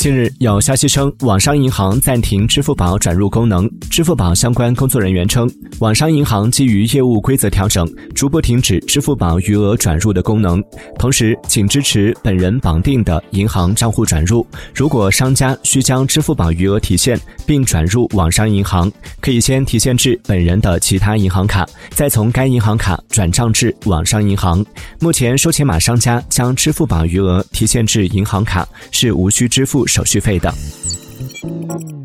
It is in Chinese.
近日有消息称，网商银行暂停支付宝转入功能。支付宝相关工作人员称，网商银行基于业务规则调整，逐步停止支付宝余额转入的功能，同时仅支持本人绑定的银行账户转入。如果商家需将支付宝余额提现并转入网商银行，可以先提现至本人的其他银行卡，再从该银行卡转账至网商银行。目前收钱码商家将支付宝余额提现至银行卡是无需支付手续费的。